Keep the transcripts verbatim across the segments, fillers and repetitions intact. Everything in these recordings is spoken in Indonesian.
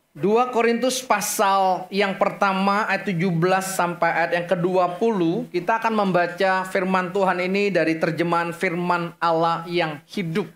dua Korintus pasal yang pertama ayat tujuh belas sampai ayat yang kedua puluh. Kita akan membaca firman Tuhan ini dari terjemahan firman Allah yang hidup.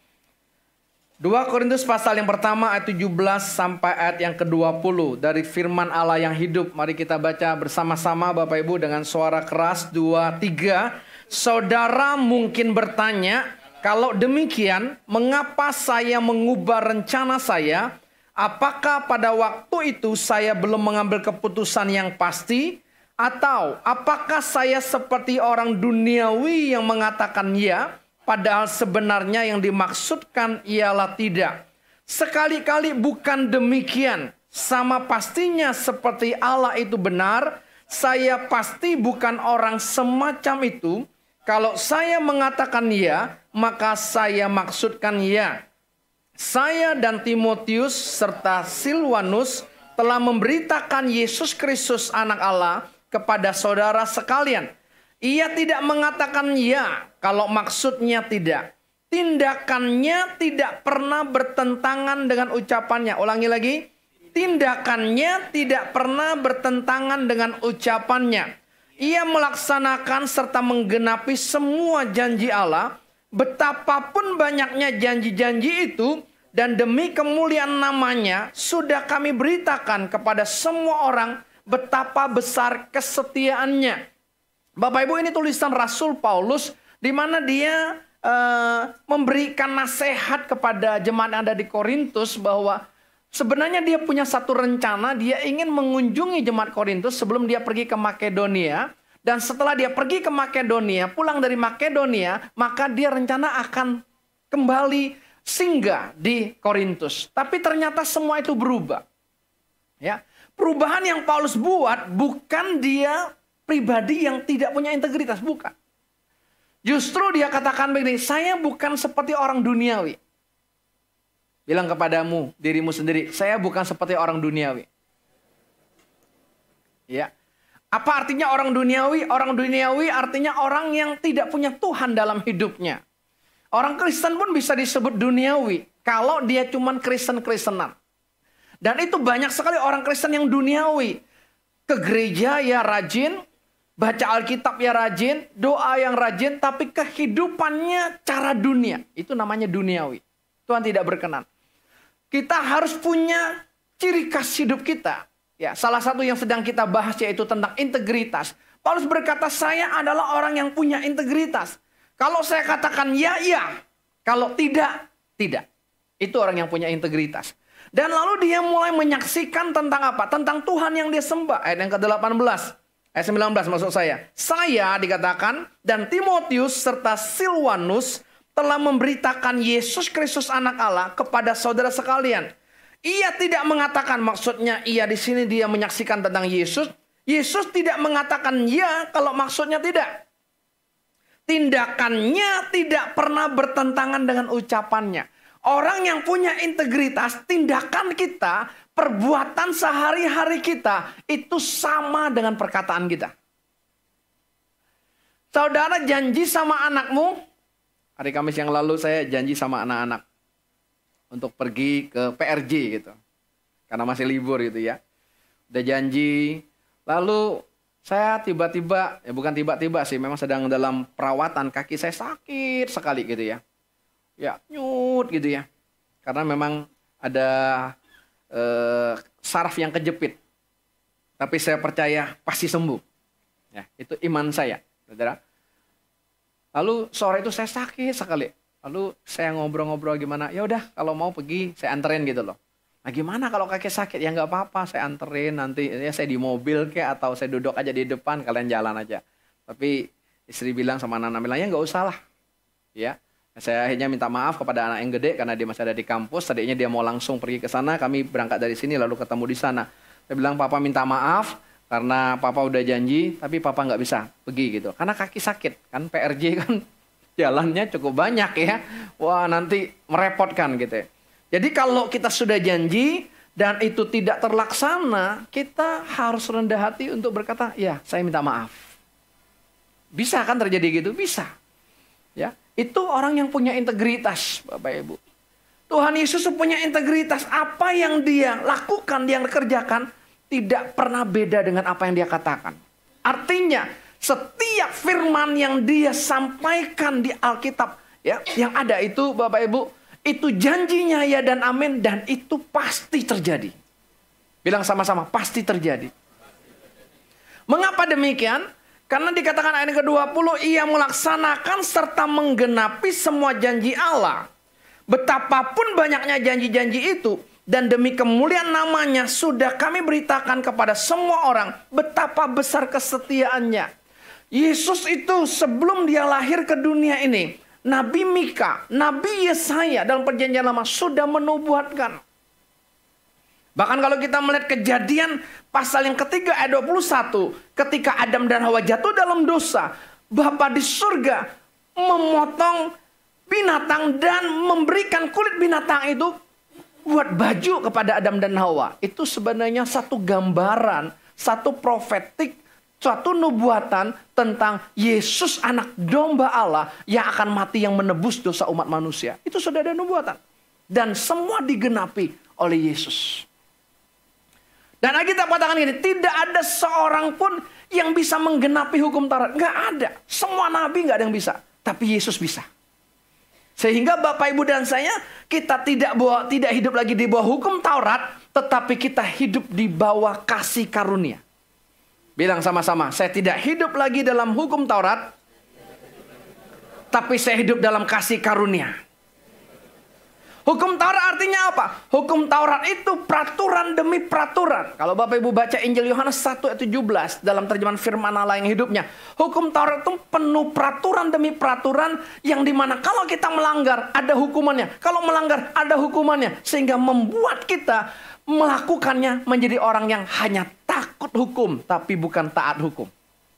dua Korintus pasal yang pertama ayat tujuh belas sampai ayat yang kedua puluh dari firman Allah yang hidup. Mari kita baca bersama-sama Bapak Ibu dengan suara keras. Dua, tiga. Saudara mungkin bertanya, kalau demikian mengapa saya mengubah rencana saya? Apakah pada waktu itu saya belum mengambil keputusan yang pasti? Atau apakah saya seperti orang duniawi yang mengatakan ya, padahal sebenarnya yang dimaksudkan ialah tidak? Sekali-kali bukan demikian. Sama pastinya seperti Allah itu benar, saya pasti bukan orang semacam itu. Kalau saya mengatakan ya, maka saya maksudkan ya. Saya dan Timotius serta Silwanus telah memberitakan Yesus Kristus anak Allah kepada saudara sekalian. Ia tidak mengatakan ya kalau maksudnya tidak. Tindakannya tidak pernah bertentangan dengan ucapannya. Ulangi lagi. Tindakannya tidak pernah bertentangan dengan ucapannya. Ia melaksanakan serta menggenapi semua janji Allah. Betapapun banyaknya janji-janji itu, dan demi kemuliaan namanya, sudah kami beritakan kepada semua orang betapa besar kesetiaannya. Bapak Ibu, ini tulisan Rasul Paulus, di mana dia uh, memberikan nasihat kepada jemaat yang ada di Korintus, bahwa sebenarnya dia punya satu rencana, dia ingin mengunjungi jemaat Korintus sebelum dia pergi ke Makedonia. Dan setelah dia pergi ke Makedonia, pulang dari Makedonia, maka dia rencana akan kembali singgah di Korintus. Tapi ternyata semua itu berubah. Ya, perubahan yang Paulus buat bukan dia pribadi yang tidak punya integritas, bukan. Justru dia katakan begini, saya bukan seperti orang duniawi. Bilang kepadamu, dirimu sendiri, saya bukan seperti orang duniawi. Ya. Apa artinya orang duniawi? Orang duniawi artinya orang yang tidak punya Tuhan dalam hidupnya. Orang Kristen pun bisa disebut duniawi kalau dia cuman Kristen-Kristenan. Dan itu banyak sekali orang Kristen yang duniawi. Ke gereja ya rajin, baca Alkitab ya rajin, doa yang rajin, tapi kehidupannya cara dunia. Itu namanya duniawi. Tuhan tidak berkenan. Kita harus punya ciri khas hidup kita. Ya, salah satu yang sedang kita bahas yaitu tentang integritas. Paulus berkata, saya adalah orang yang punya integritas. Kalau saya katakan ya, ya. Kalau tidak, tidak. Itu orang yang punya integritas. Dan lalu dia mulai menyaksikan tentang apa? Tentang Tuhan yang dia sembah. Ayat yang ke delapan belas. Ayat sembilan belas maksud saya. Saya dikatakan dan Timotius serta Silwanus telah memberitakan Yesus Kristus anak Allah kepada saudara sekalian. Ia tidak mengatakan, maksudnya ia di sini dia menyaksikan tentang Yesus. Yesus tidak mengatakan ya kalau maksudnya tidak. Tindakannya tidak pernah bertentangan dengan ucapannya. Orang yang punya integritas, tindakan kita, perbuatan sehari-hari kita itu sama dengan perkataan kita. Saudara janji sama anakmu. Hari Kamis yang lalu saya janji sama anak-anak untuk pergi ke P R J gitu. Karena masih libur gitu ya. Udah janji. Lalu saya tiba-tiba, ya bukan tiba-tiba sih, memang sedang dalam perawatan, kaki saya sakit sekali gitu ya. Ya nyut gitu ya. Karena memang ada eh, saraf yang kejepit. Tapi saya percaya pasti sembuh. Ya, itu iman saya. Saudara. Lalu sore itu saya sakit sekali. Lalu saya ngobrol-ngobrol gimana, ya udah kalau mau pergi saya anterin gitu loh. Nah gimana kalau kaki sakit? Ya nggak apa-apa, saya anterin nanti ya saya di mobil kayak atau saya duduk aja di depan, kalian jalan aja. Tapi istri bilang sama anak-anak bilang ya nggak usah lah. Ya, saya akhirnya minta maaf kepada anak yang gede karena dia masih ada di kampus. Tadinya dia mau langsung pergi ke sana, kami berangkat dari sini lalu ketemu di sana. Saya bilang papa minta maaf karena papa udah janji, tapi papa nggak bisa pergi gitu. Karena kaki sakit kan P R J kan. Jalannya cukup banyak ya. Wah nanti merepotkan gitu ya. Jadi kalau kita sudah janji dan itu tidak terlaksana, kita harus rendah hati untuk berkata, ya saya minta maaf. Bisa kan terjadi gitu? Bisa. Ya, itu orang yang punya integritas, Bapak Ibu. Tuhan Yesus punya integritas. Apa yang dia lakukan, yang dikerjakan, tidak pernah beda dengan apa yang dia katakan. Artinya, setiap firman yang dia sampaikan di Alkitab, ya, yang ada itu Bapak Ibu, itu janjinya ya dan amin, dan itu pasti terjadi. Bilang sama-sama, pasti terjadi. Mengapa demikian? Karena dikatakan ayat ke dua puluh, ia melaksanakan serta menggenapi semua janji Allah. Betapapun banyaknya janji-janji itu, dan demi kemuliaan namanya sudah kami beritakan kepada semua orang betapa besar kesetiaannya. Yesus itu sebelum dia lahir ke dunia ini, Nabi Mika, Nabi Yesaya dalam perjanjian lama sudah menubuatkan. Bahkan kalau kita melihat Kejadian pasal yang ketiga ayat dua puluh satu. Ketika Adam dan Hawa jatuh dalam dosa, Bapa di surga memotong binatang dan memberikan kulit binatang itu buat baju kepada Adam dan Hawa. Itu sebenarnya satu gambaran, satu profetik, suatu nubuatan tentang Yesus anak domba Allah yang akan mati yang menebus dosa umat manusia. Itu sudah ada nubuatan. Dan semua digenapi oleh Yesus. Dan Alkitab katakan ini, tidak ada seorang pun yang bisa menggenapi hukum Taurat. Nggak ada. Semua nabi nggak ada yang bisa. Tapi Yesus bisa. Sehingga Bapak Ibu dan saya, kita tidak bawa, tidak hidup lagi di bawah hukum Taurat, tetapi kita hidup di bawah kasih karunia. Bilang sama-sama, saya tidak hidup lagi dalam hukum Taurat, tapi saya hidup dalam kasih karunia. Hukum Taurat artinya apa? Hukum Taurat itu peraturan demi peraturan. Kalau Bapak Ibu baca Injil Yohanes satu ayat tujuh belas dalam terjemahan firman Allah yang hidupnya. Hukum Taurat itu penuh peraturan demi peraturan yang dimana kalau kita melanggar ada hukumannya. Kalau melanggar ada hukumannya. Sehingga membuat kita melakukannya menjadi orang yang hanya takut hukum tapi bukan taat hukum.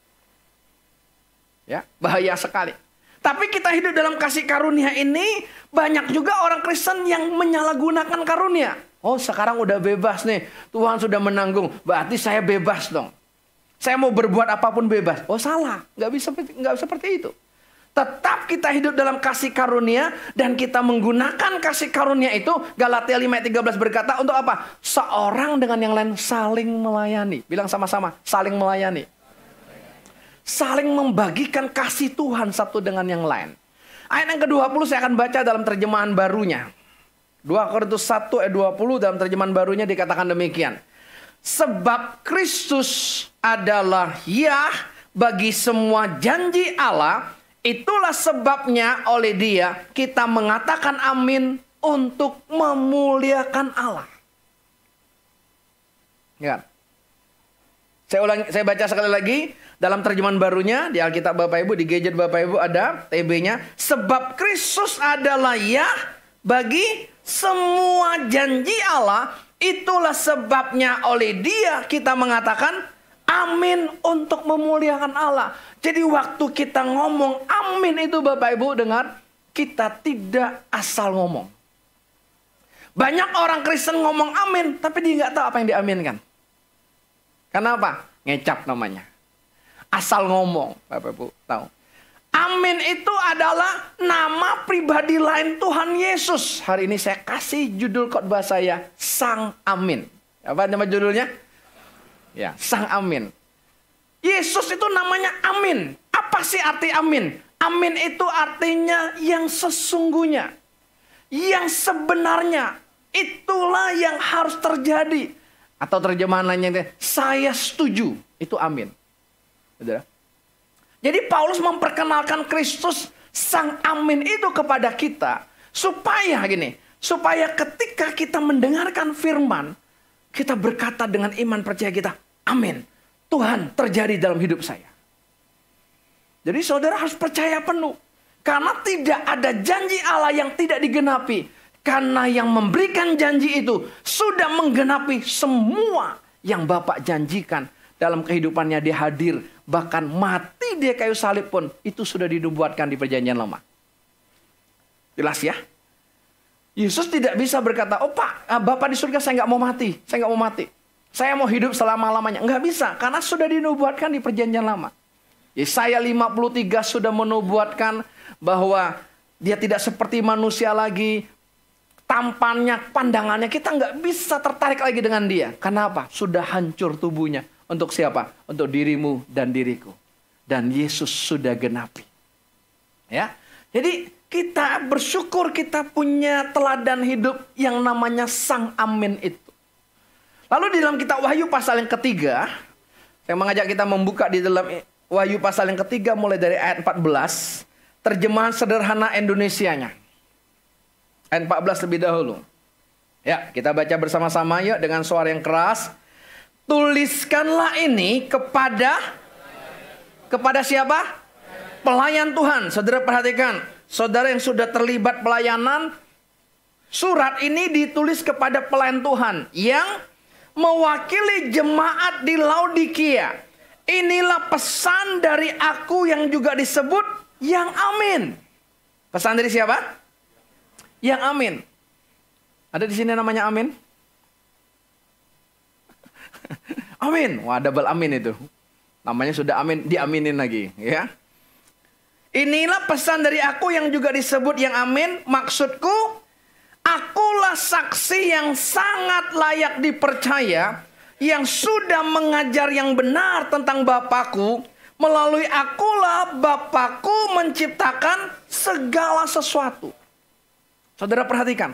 Ya, bahaya sekali. Tapi kita hidup dalam kasih karunia ini, banyak juga orang Kristen yang menyalahgunakan karunia. Oh, sekarang udah bebas nih, Tuhan sudah menanggung, berarti saya bebas dong. Saya mau berbuat apapun bebas. Oh, salah, nggak bisa, nggak seperti itu. Tetap kita hidup dalam kasih karunia dan kita menggunakan kasih karunia itu. Galatia lima ayat tiga belas berkata untuk apa? Seorang dengan yang lain saling melayani. Bilang sama-sama, saling melayani. Saling membagikan kasih Tuhan satu dengan yang lain. Ayat yang ke dua puluh saya akan baca dalam terjemahan barunya. dua Korintus satu ayat dua puluh dalam terjemahan barunya dikatakan demikian. Sebab Kristus adalah ya bagi semua janji Allah. Itulah sebabnya oleh dia kita mengatakan amin untuk memuliakan Allah. Ya. Saya ulangi, saya baca sekali lagi. Dalam terjemahan barunya, di Alkitab Bapak Ibu, di gadget Bapak Ibu ada T B-nya. Sebab Kristus adalah ya bagi semua janji Allah. Itulah sebabnya oleh dia kita mengatakan amin untuk memuliakan Allah. Jadi waktu kita ngomong amin itu Bapak Ibu dengar, kita tidak asal ngomong. Banyak orang Kristen ngomong amin, tapi dia nggak tahu apa yang diaminkan. Kenapa? Ngecap namanya. Asal ngomong, Bapak Ibu tahu. Amin itu adalah nama pribadi lain Tuhan Yesus. Hari ini saya kasih judul khotbah saya, Sang Amin. Apa nama judulnya? Ya, Sang Amin. Yesus itu namanya Amin. Apa sih arti Amin? Amin itu artinya yang sesungguhnya. Yang sebenarnya. Itulah yang harus terjadi. Atau terjemahan lainnya, saya setuju. Itu amin. Saudara. Jadi Paulus memperkenalkan Kristus Sang Amin itu kepada kita. Supaya gini. Supaya ketika kita mendengarkan firman. Kita berkata dengan iman percaya kita. Amin. Tuhan terjadi dalam hidup saya. Jadi saudara harus percaya penuh. Karena tidak ada janji Allah yang tidak digenapi. Karena yang memberikan janji itu sudah menggenapi semua yang Bapak janjikan. Dalam kehidupannya dia hadir. Bahkan mati di kayu salib pun itu sudah dinubuatkan di perjanjian lama. Jelas ya? Yesus tidak bisa berkata, oh Pak, Bapak di surga saya nggak mau mati. Saya nggak mau mati. Saya mau hidup selama-lamanya. Nggak bisa, karena sudah dinubuatkan di perjanjian lama. Yesaya lima puluh tiga sudah menubuatkan bahwa dia tidak seperti manusia lagi. tampannya, pandangannya, kita nggak bisa tertarik lagi dengan dia. Kenapa? Sudah hancur tubuhnya. Untuk siapa? Untuk dirimu dan diriku. Dan Yesus sudah genapi. Ya, jadi kita bersyukur kita punya teladan hidup yang namanya Sang Amin itu. Lalu di dalam kitab Wahyu pasal yang ketiga, saya mengajak kita membuka di dalam Wahyu pasal yang ketiga mulai dari ayat empat belas. Terjemahan sederhana Indonesianya. Ayat empat belas lebih dahulu. Ya, kita baca bersama-sama yuk dengan suara yang keras. Tuliskanlah ini kepada kepada siapa? Pelayan Tuhan. Saudara perhatikan, saudara yang sudah terlibat pelayanan, surat ini ditulis kepada pelayan Tuhan yang mewakili jemaat di Laodikia. Inilah pesan dari aku yang juga disebut yang amin. Pesan dari siapa? Yang amin. Ada di sini namanya amin? Amin. Wah, double amin itu. Namanya sudah amin, diaminin lagi, ya. Inilah pesan dari aku yang juga disebut yang amin. Maksudku, akulah saksi yang sangat layak dipercaya, yang sudah mengajar yang benar tentang Bapakku. Melalui akulah Bapakku menciptakan segala sesuatu. Saudara perhatikan.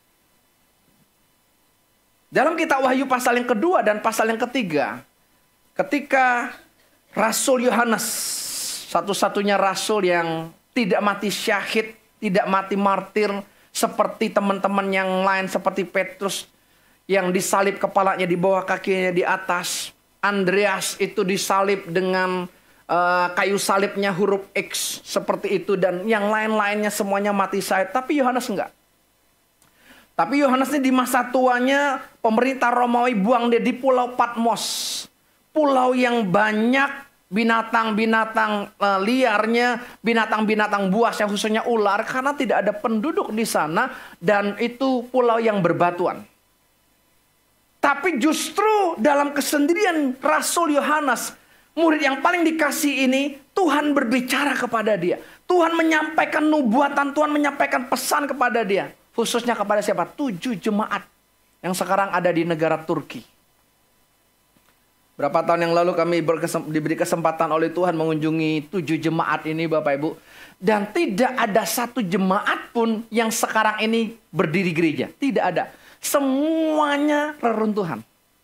Dalam kitab Wahyu pasal yang kedua dan pasal yang ketiga, ketika Rasul Yohanes, satu-satunya rasul yang tidak mati syahid, tidak mati martir, seperti teman-teman yang lain, seperti Petrus yang disalib kepalanya di bawah, kakinya di atas. Andreas itu disalib dengan uh, kayu salibnya huruf X seperti itu, dan yang lain-lainnya semuanya mati syahid. Tapi Yohanes enggak. Tapi Yohanes ini di masa tuanya pemerintah Romawi buang dia di Pulau Patmos. Pulau yang banyak binatang-binatang uh, liarnya, binatang-binatang buasnya, khususnya ular, karena tidak ada penduduk di sana, dan itu pulau yang berbatuan. Tapi justru dalam kesendirian Rasul Yohanes, murid yang paling dikasih ini, Tuhan berbicara kepada dia. Tuhan menyampaikan nubuatan, Tuhan menyampaikan pesan kepada dia. Khususnya kepada siapa? Tujuh jemaat yang sekarang ada di negara Turki. Berapa tahun yang lalu kami berkesem- diberi kesempatan oleh Tuhan mengunjungi tujuh jemaat ini, Bapak Ibu. Dan tidak ada satu jemaat pun yang sekarang ini berdiri gereja. Tidak ada. Semuanya reruntuhan.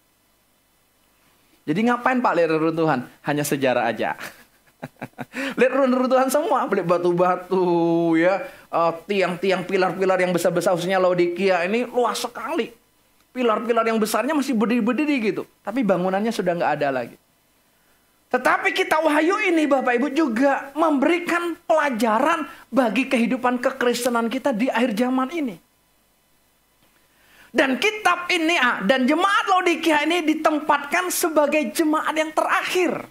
Jadi ngapain Pak lihat reruntuhan? Hanya sejarah aja. Lihat reruntuhan semua. Lihat batu-batu, ya, uh, tiang-tiang, pilar-pilar yang besar-besar, khususnya Laodikia ini luas sekali. Pilar-pilar yang besarnya masih berdiri-berdiri gitu. Tapi bangunannya sudah nggak ada lagi. Tetapi kitab Wahyu ini Bapak Ibu juga memberikan pelajaran bagi kehidupan kekristenan kita di akhir zaman ini. Dan kitab ini ah, dan jemaat Laodikia ini ditempatkan sebagai jemaat yang terakhir.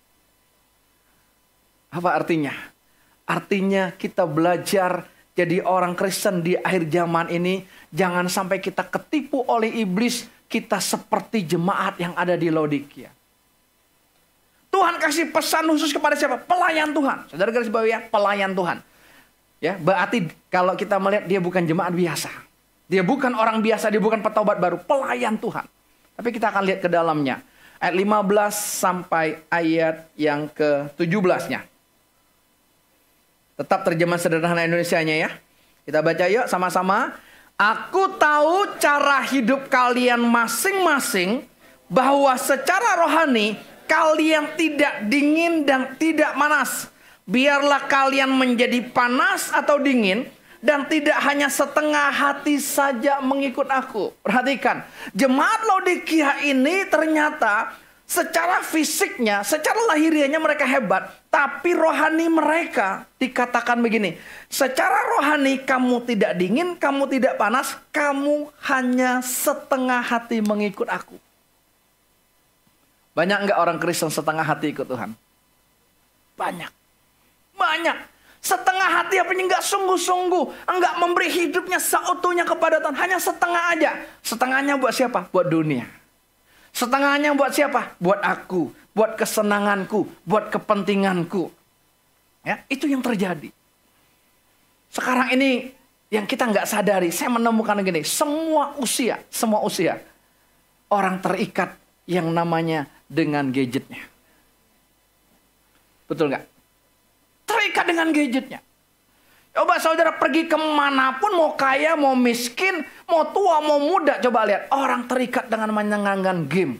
Apa artinya? Artinya kita belajar jadi orang Kristen di akhir zaman ini. Jangan sampai kita ketipu oleh iblis. Kita seperti jemaat yang ada di Laodikia. Tuhan kasih pesan khusus kepada siapa? Pelayan Tuhan. Saudara garis bawah ya, pelayan Tuhan. Ya, berarti kalau kita melihat dia bukan jemaat biasa. Dia bukan orang biasa, dia bukan petobat baru, pelayan Tuhan. Tapi kita akan lihat ke dalamnya. Ayat lima belas sampai ayat yang ke tujuh belas-nya. Tetap terjemahan sederhana Indonesianya ya. Kita baca yuk sama-sama. Aku tahu cara hidup kalian masing-masing, bahwa secara rohani kalian tidak dingin dan tidak panas. Biarlah kalian menjadi panas atau dingin, dan tidak hanya setengah hati saja mengikut aku. Perhatikan, jemaat Laodikia ini ternyata secara fisiknya, secara lahiriahnya mereka hebat. Tapi rohani mereka dikatakan begini. Secara rohani kamu tidak dingin, kamu tidak panas, kamu hanya setengah hati mengikut aku. Banyak enggak orang Kristen setengah hati ikut Tuhan? Banyak. Banyak. Setengah hati apa enggak sungguh-sungguh. Enggak memberi hidupnya seutuhnya kepada Tuhan. Hanya setengah aja. Setengahnya buat siapa? Buat dunia. Setengahnya buat siapa? Buat aku. Buat kesenanganku. Buat kepentinganku. Ya, itu yang terjadi. Sekarang ini yang kita nggak sadari, saya menemukan gini, semua usia, semua usia, orang terikat yang namanya dengan gadgetnya. Betul nggak? Terikat dengan gadgetnya. Coba saudara pergi kemanapun, mau kaya, mau miskin, mau tua, mau muda, coba lihat. Orang terikat dengan menyenangkan game.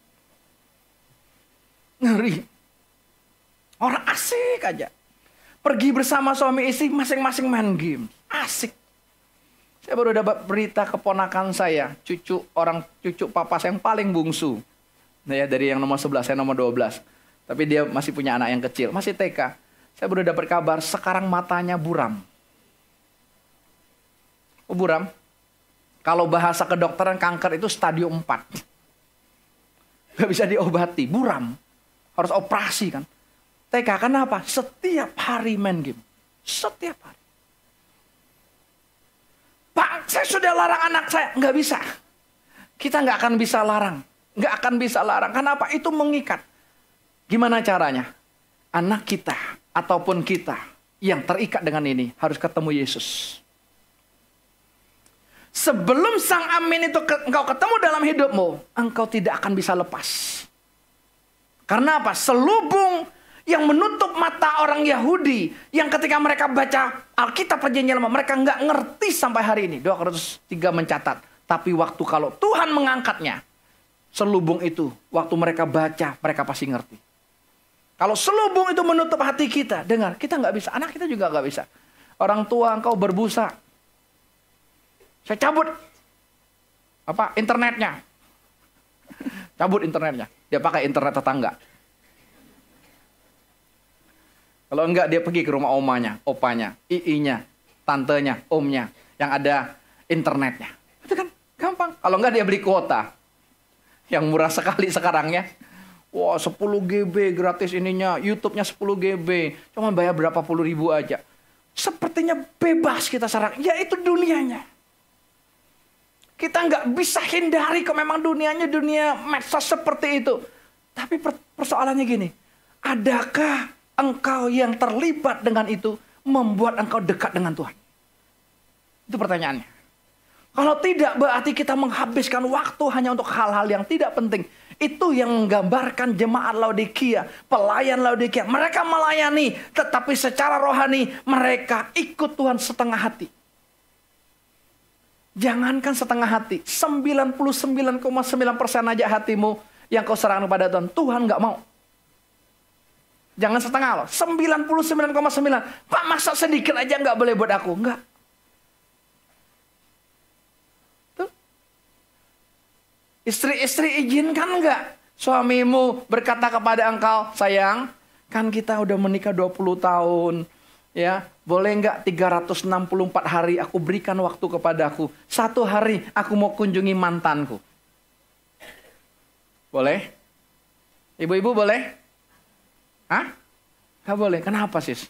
Ngeri. Orang asik aja. Pergi bersama suami istri, masing-masing main game. Asik. Saya baru dapat berita keponakan saya, cucu orang cucu papa saya yang paling bungsu. Nah ya, dari yang nomor sebelas, saya nomor dua belas. Tapi dia masih punya anak yang kecil, masih T K. Saya baru dapat kabar, sekarang matanya buram. Oh, buram. Kalau bahasa kedokteran kanker itu stadium empat. Gak bisa diobati, buram. Harus operasi kan. T K, kenapa? Setiap hari main game. Setiap hari. Pak, saya sudah larang anak saya. Nggak bisa. Kita nggak akan bisa larang. Nggak akan bisa larang. Kenapa? Itu mengikat. Gimana caranya? Anak kita ataupun kita yang terikat dengan ini harus ketemu Yesus. Sebelum sang amin itu ke, engkau ketemu dalam hidupmu, engkau tidak akan bisa lepas. Karena apa? Selubung yang menutup mata orang Yahudi, yang ketika mereka baca Alkitab Perjanjian Lama, mereka nggak ngerti sampai hari ini. dua Korintus tiga mencatat. Tapi waktu kalau Tuhan mengangkatnya, selubung itu, waktu mereka baca, mereka pasti ngerti. Kalau selubung itu menutup hati kita, dengar, kita nggak bisa, anak kita juga nggak bisa. Orang tua engkau berbusa, saya cabut apa internetnya, cabut internetnya, dia pakai internet tetangga. Kalau enggak dia pergi ke rumah omanya, opanya, iinya, tantenya, omnya, yang ada internetnya. Itu kan gampang. Kalau enggak dia beli kuota, yang murah sekali sekarang ya. Wah, sepuluh giga gratis ininya, YouTube-nya sepuluh giga, cuma bayar berapa puluh ribu aja. Sepertinya bebas kita sekarang, ya itu dunianya. Kita nggak bisa hindari kok memang dunianya dunia medsos seperti itu. Tapi persoalannya gini, adakah engkau yang terlibat dengan itu membuat engkau dekat dengan Tuhan? Itu pertanyaannya. Kalau tidak, berarti kita menghabiskan waktu hanya untuk hal-hal yang tidak penting. Itu yang menggambarkan jemaat Laodikia, pelayan Laodikia. Mereka melayani, tetapi secara rohani mereka ikut Tuhan setengah hati. Jangankan setengah hati, sembilan puluh sembilan koma sembilan persen aja hatimu yang kau serahkan kepada Tuhan, Tuhan nggak mau. Jangan setengah loh, sembilan puluh sembilan koma sembilan. Pak, masa sedikit aja nggak boleh buat aku? Nggak. Tuh. Istri-istri izinkan nggak suamimu berkata kepada engkau, sayang, kan kita udah menikah dua puluh tahun. Ya, boleh nggak tiga ratus enam puluh empat hari aku berikan waktu kepadaku. Satu hari aku mau kunjungi mantanku. Boleh? Ibu-ibu boleh? Hah? Gak boleh. Kenapa sis?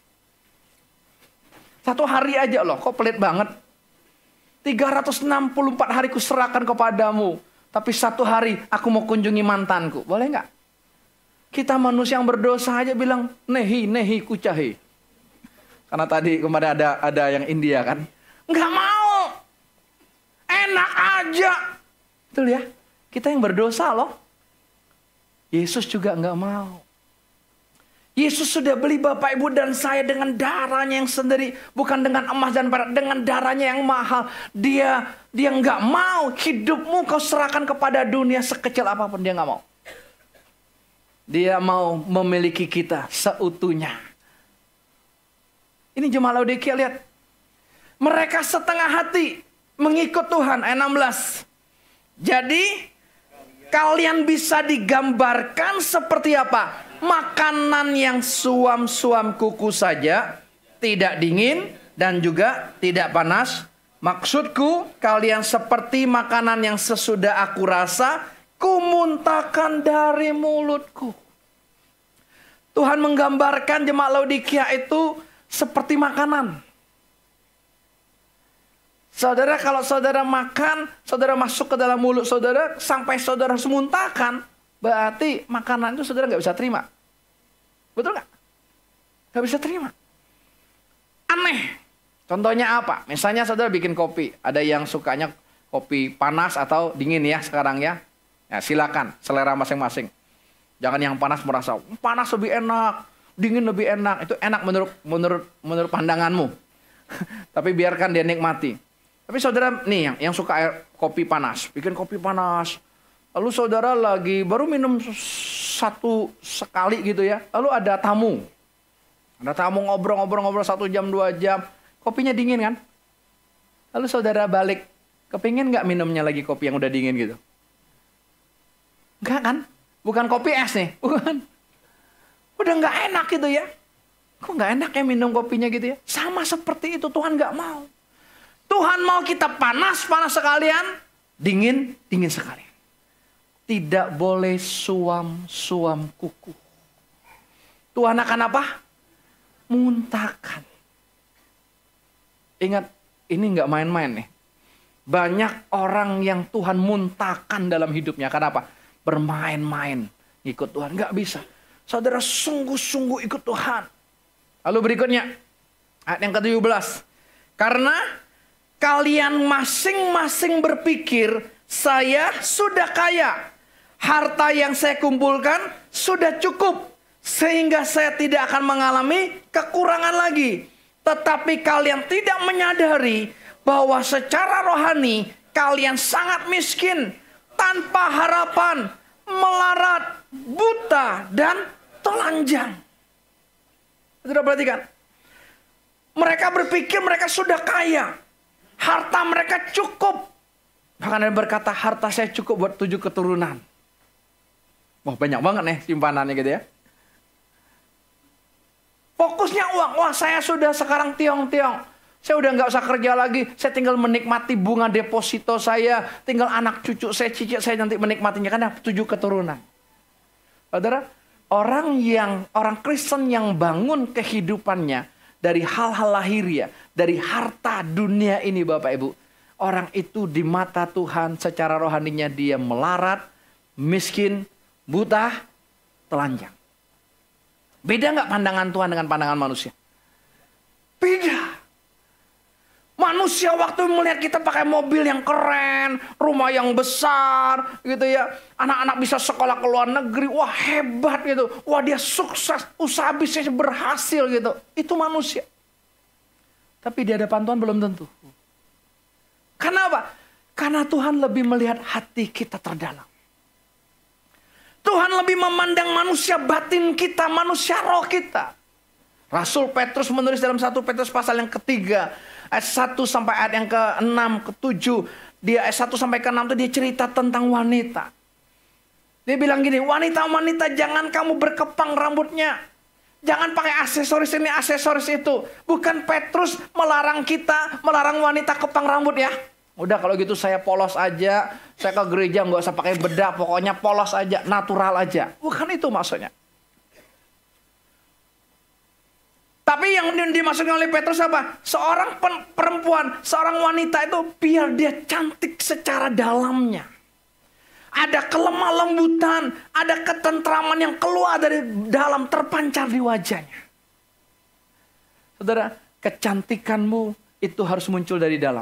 Satu hari aja loh, kok pelit banget. tiga ratus enam puluh empat hari ku serahkan kepadamu. Tapi satu hari aku mau kunjungi mantanku. Boleh nggak? Kita manusia yang berdosa aja bilang, nehi, nehi, kucahi. Karena tadi kemarin ada ada yang India kan. Nggak mau. Enak aja. Betul ya? Kita yang berdosa loh. Yesus juga nggak mau. Yesus sudah beli Bapak Ibu dan saya dengan darahnya yang sendiri. Bukan dengan emas dan perak. Dengan darahnya yang mahal. Dia dia nggak mau hidupmu kau serahkan kepada dunia sekecil apapun. Dia nggak mau. Dia mau memiliki kita seutuhnya. Ini jemaat Laodikia lihat. Mereka setengah hati mengikut Tuhan. Ayat enam belas. Jadi kalian bisa digambarkan seperti apa? Makanan yang suam-suam kuku saja, tidak dingin dan juga tidak panas. Maksudku, kalian seperti makanan yang sesudah aku rasa, kumuntahkan dari mulutku. Tuhan menggambarkan jemaat Laodikia itu seperti makanan. Saudara, kalau saudara makan, saudara masuk ke dalam mulut saudara, sampai saudara semuntahkan, berarti makanan itu saudara nggak bisa terima. Betul nggak? Nggak bisa terima. Aneh. Contohnya apa? Misalnya saudara bikin kopi. Ada yang sukanya kopi panas atau dingin ya sekarang ya. Ya silakan, selera masing-masing. Jangan yang panas merasa, panas lebih enak, dingin lebih enak. Itu enak menurut menurut menurut pandanganmu. Tapi biarkan dia nikmati. Tapi saudara nih yang, yang suka air, kopi panas. Bikin kopi panas. Lalu saudara lagi baru minum satu sekali gitu ya. Lalu ada tamu. Ada tamu ngobrol-ngobrol-ngobrol satu jam, dua jam. Kopinya dingin kan? Lalu saudara balik. Kepingin nggak minumnya lagi kopi yang udah dingin gitu? Enggak kan? Bukan kopi es nih. Bukan. Udah nggak enak gitu ya. Kok nggak enak ya minum kopinya gitu ya? Sama seperti itu Tuhan nggak mau. Tuhan mau kita panas, panas sekalian. Dingin, dingin sekalian. Tidak boleh suam-suam kuku. Tuhan akan apa? Muntahkan. Ingat, ini nggak main-main nih. Banyak orang yang Tuhan muntahkan dalam hidupnya. Kenapa? Bermain-main ikut Tuhan. Nggak bisa. Saudara sungguh-sungguh ikut Tuhan. Lalu berikutnya. Ayat yang ke tujuh belas. Karena kalian masing-masing berpikir saya sudah kaya. Harta yang saya kumpulkan sudah cukup. Sehingga saya tidak akan mengalami kekurangan lagi. Tetapi kalian tidak menyadari bahwa secara rohani kalian sangat miskin. Tanpa harapan, melarat, buta, dan telanjang. Sudah perhatikan. Mereka berpikir mereka sudah kaya. Harta mereka cukup. Bahkan ada berkata harta saya cukup buat tujuh keturunan. Wah banyak banget nih simpanannya gitu ya. Fokusnya uang. Wah saya sudah sekarang tiong-tiong. Saya udah nggak usah kerja lagi. Saya tinggal menikmati bunga deposito saya. Tinggal anak cucu saya, cicit saya nanti menikmatinya. Karena tujuh keturunan. Saudara, orang yang orang Kristen yang bangun kehidupannya dari hal-hal lahiriah, dari harta dunia ini Bapak Ibu. Orang itu di mata Tuhan secara rohaninya dia melarat, miskin, buta, telanjang. Beda nggak pandangan Tuhan dengan pandangan manusia? Beda. Manusia waktu melihat kita pakai mobil yang keren, rumah yang besar, gitu ya. Anak-anak bisa sekolah ke luar negeri, wah hebat gitu. Wah dia sukses, usaha bisnisnya berhasil gitu. Itu manusia. Tapi di hadapan Tuhan belum tentu. Kenapa? Karena Tuhan lebih melihat hati kita terdalam. Tuhan lebih memandang manusia batin kita, manusia roh kita. Rasul Petrus menulis dalam satu Petrus pasal yang ketiga. Ayat satu sampai ayat yang ke enam, ke tujuh. Dia ayat satu sampai ke enam itu dia cerita tentang wanita. Dia bilang gini, wanita-wanita jangan kamu berkepang rambutnya. Jangan pakai aksesoris ini, aksesoris itu. Bukan Petrus melarang kita, melarang wanita kepang rambut ya. Udah kalau gitu saya polos aja. Saya ke gereja nggak usah pakai bedak. Pokoknya polos aja, natural aja. Bukan itu maksudnya. Tapi yang dimaksudkan oleh Petrus apa? Seorang perempuan, seorang wanita itu biar dia cantik secara dalamnya. Ada kelemah lembutan, ada ketentraman yang keluar dari dalam terpancar di wajahnya. Saudara, kecantikanmu itu harus muncul dari dalam.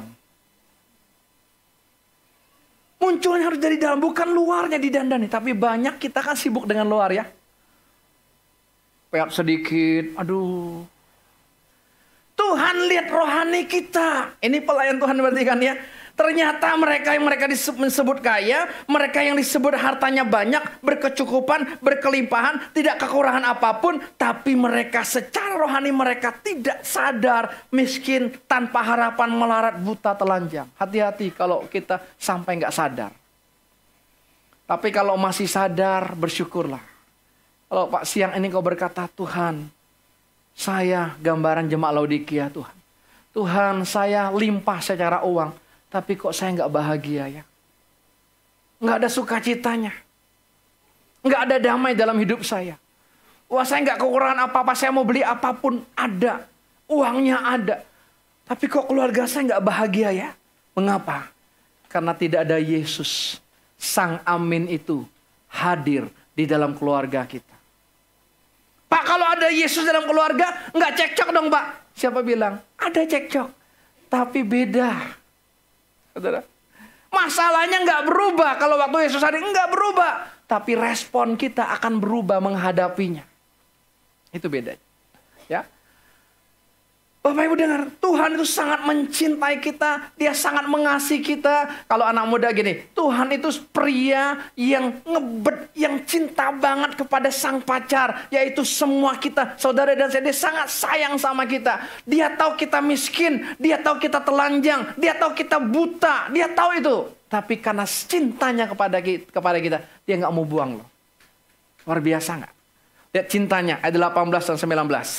Munculnya harus dari dalam, bukan luarnya didandani. Tapi banyak kita kan sibuk dengan luar ya. Peak sedikit, aduh. Tuhan lihat rohani kita. Ini pelayan Tuhan berarti kan ya. Ternyata mereka yang mereka disebut kaya, mereka yang disebut hartanya banyak, berkecukupan, berkelimpahan, tidak kekurangan apapun. Tapi mereka secara rohani mereka tidak sadar, miskin, tanpa harapan, melarat, buta, telanjang. Hati-hati kalau kita sampai nggak sadar. Tapi kalau masih sadar, bersyukurlah. Kalau Pak siang ini kau berkata, Tuhan, saya gambaran jemaat Laodikia Tuhan. Tuhan saya limpah secara uang. Tapi kok saya nggak bahagia ya. Nggak ada sukacitanya. Nggak ada damai dalam hidup saya. Wah saya nggak kekurangan apa-apa. Saya mau beli apapun ada. Uangnya ada. Tapi kok keluarga saya nggak bahagia ya. Mengapa? Karena tidak ada Yesus. Sang Amin itu hadir di dalam keluarga kita. Pak kalau ada Yesus dalam keluarga, nggak cekcok dong Pak. Siapa bilang? Ada cekcok. Tapi beda. Saudara. Masalahnya nggak berubah. Kalau waktu Yesus hadir nggak berubah. Tapi respon kita akan berubah menghadapinya. Itu bedanya. Ya. Bapak Ibu dengar, Tuhan itu sangat mencintai kita, Dia sangat mengasihi kita. Kalau anak muda gini, Tuhan itu pria yang ngebet, yang cinta banget kepada sang pacar, yaitu semua kita, saudara dan saya. Dia sangat sayang sama kita. Dia tahu kita miskin, Dia tahu kita telanjang, Dia tahu kita buta, Dia tahu itu. Tapi karena cintanya kepada kita, kepada kita, Dia nggak mau buang loh. Luar biasa nggak? Lihat cintanya, ayat delapan belas dan sembilan belas.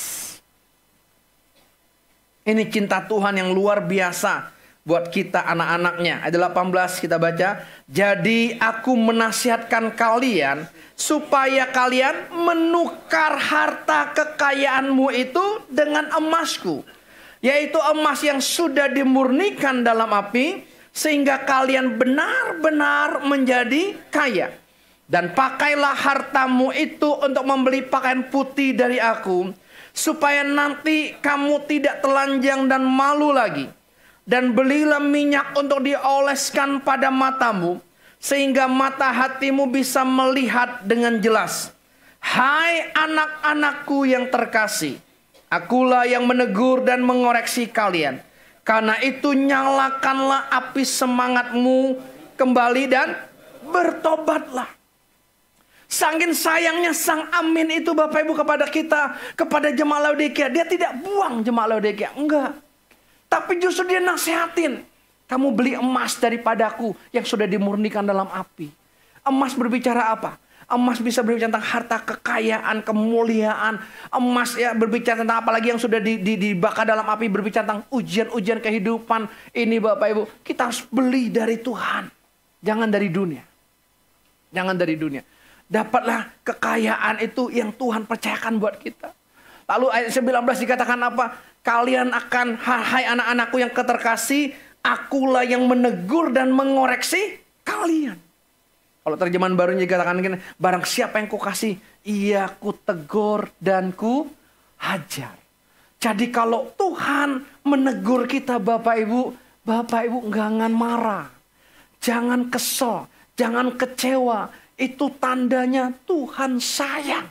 Ini cinta Tuhan yang luar biasa buat kita anak-anaknya. Ayat delapan belas kita baca. Jadi aku menasihatkan kalian supaya kalian menukar harta kekayaanmu itu dengan emasku. Yaitu emas yang sudah dimurnikan dalam api. Sehingga kalian benar-benar menjadi kaya. Dan pakailah hartamu itu untuk membeli pakaian putih dari aku. Supaya nanti kamu tidak telanjang dan malu lagi. Dan belilah minyak untuk dioleskan pada matamu. Sehingga mata hatimu bisa melihat dengan jelas. Hai anak-anakku yang terkasih. Akulah yang menegur dan mengoreksi kalian. Karena itu nyalakanlah api semangatmu kembali dan bertobatlah. Sangkin sayangnya sang amin itu Bapak Ibu kepada kita, kepada jemaat Laodikia. Dia tidak buang jemaat Laodikia, enggak. Tapi justru dia nasihatin. Kamu beli emas daripadaku yang sudah dimurnikan dalam api. Emas berbicara apa? Emas bisa berbicara tentang harta kekayaan, kemuliaan. Emas ya berbicara tentang apalagi yang sudah di, di, dibakar dalam api. Berbicara tentang ujian-ujian kehidupan. Ini Bapak Ibu, kita harus beli dari Tuhan. Jangan dari dunia. Jangan dari dunia. Dapatlah kekayaan itu yang Tuhan percayakan buat kita. Lalu ayat sembilan belas dikatakan apa? Kalian akan, hai anak-anakku yang keterkasih, akulah yang menegur dan mengoreksi kalian. Kalau terjemahan barunya dikatakan gini, barang siapa yang ku kasih, ia ku tegur dan ku hajar. Jadi kalau Tuhan menegur kita Bapak Ibu, Bapak Ibu jangan marah. Jangan kesel, jangan kecewa. Itu tandanya Tuhan sayang.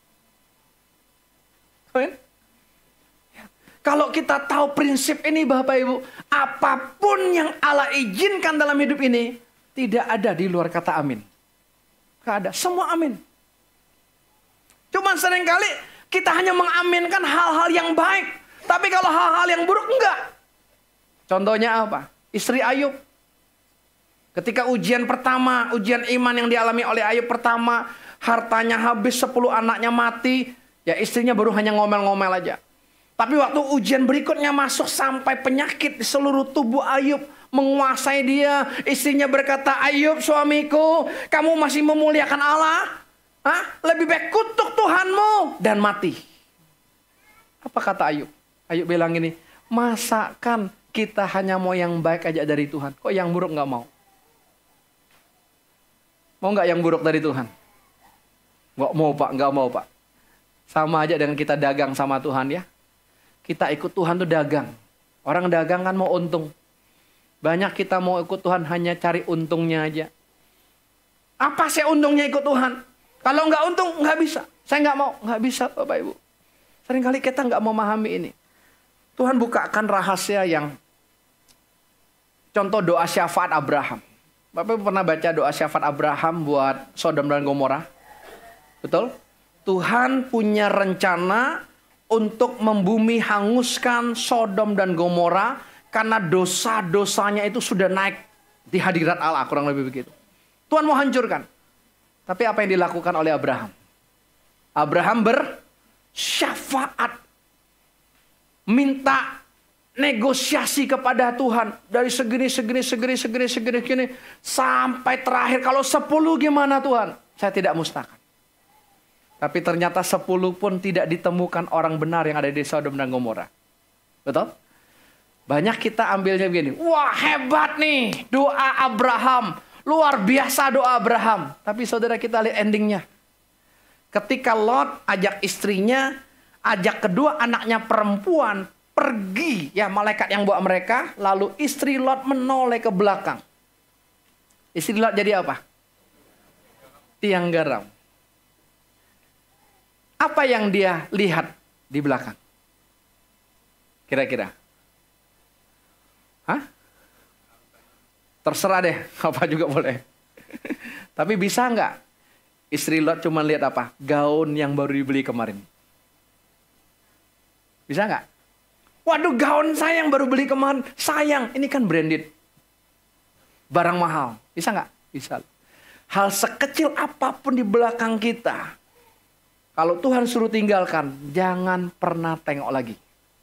Amin. Kalau kita tahu prinsip ini Bapak Ibu, apapun yang Allah izinkan dalam hidup ini, tidak ada di luar kata amin. Tidak ada, semua amin. Cuman seringkali kita hanya mengaminkan hal-hal yang baik. Tapi kalau hal-hal yang buruk enggak. Contohnya apa? Istri Ayub. Ketika ujian pertama, ujian iman yang dialami oleh Ayub pertama, hartanya habis, sepuluh anaknya mati, ya istrinya baru hanya ngomel-ngomel aja. Tapi waktu ujian berikutnya masuk sampai penyakit di seluruh tubuh Ayub menguasai dia. Istrinya berkata, Ayub suamiku, kamu masih memuliakan Allah? Hah? Lebih baik kutuk Tuhanmu dan mati. Apa kata Ayub? Ayub bilang gini, masakan kita hanya mau yang baik aja dari Tuhan, kok yang buruk gak mau? Mau gak yang buruk dari Tuhan? Gak mau Pak, gak mau Pak. Sama aja dengan kita dagang sama Tuhan ya. Kita ikut Tuhan tuh dagang. Orang dagang kan mau untung. Banyak kita mau ikut Tuhan hanya cari untungnya aja. Apa sih untungnya ikut Tuhan? Kalau nggak untung nggak bisa. Saya nggak mau, nggak bisa Bapak Ibu. Seringkali kita nggak mau memahami ini. Tuhan bukakan rahasia yang contoh doa syafaat Abraham. Bapak Ibu pernah baca doa syafaat Abraham buat Sodom dan Gomora? Betul? Tuhan punya rencana untuk membumi hanguskan Sodom dan Gomora karena dosa-dosanya itu sudah naik di hadirat Allah, kurang lebih begitu. Tuhan mau hancurkan. Tapi apa yang dilakukan oleh Abraham? Abraham bersyafaat. Minta negosiasi kepada Tuhan. Dari segini, segini, segini, segini, segini, segini. Sampai terakhir, kalau sepuluh gimana Tuhan? Saya tidak musnahkan. Tapi ternyata sepuluh pun tidak ditemukan orang benar yang ada di Sodom dan Gomora. Betul? Banyak kita ambilnya begini. Wah hebat nih doa Abraham. Luar biasa doa Abraham. Tapi saudara kita lihat endingnya. Ketika Lot ajak istrinya, ajak kedua anaknya perempuan pergi, ya malaikat yang bawa mereka, lalu istri Lot menoleh ke belakang. Istri Lot jadi apa? Tiang garam. Apa yang dia lihat di belakang? Kira-kira? Hah? Terserah deh, apa juga boleh. Tapi bisa nggak istri Lot cuma lihat apa? Gaun yang baru dibeli kemarin. Bisa nggak? Waduh, gaun saya yang baru beli kemarin. Sayang, ini kan branded. Barang mahal. Bisa nggak? Bisa. Hal sekecil apapun di belakang kita, kalau Tuhan suruh tinggalkan, jangan pernah tengok lagi.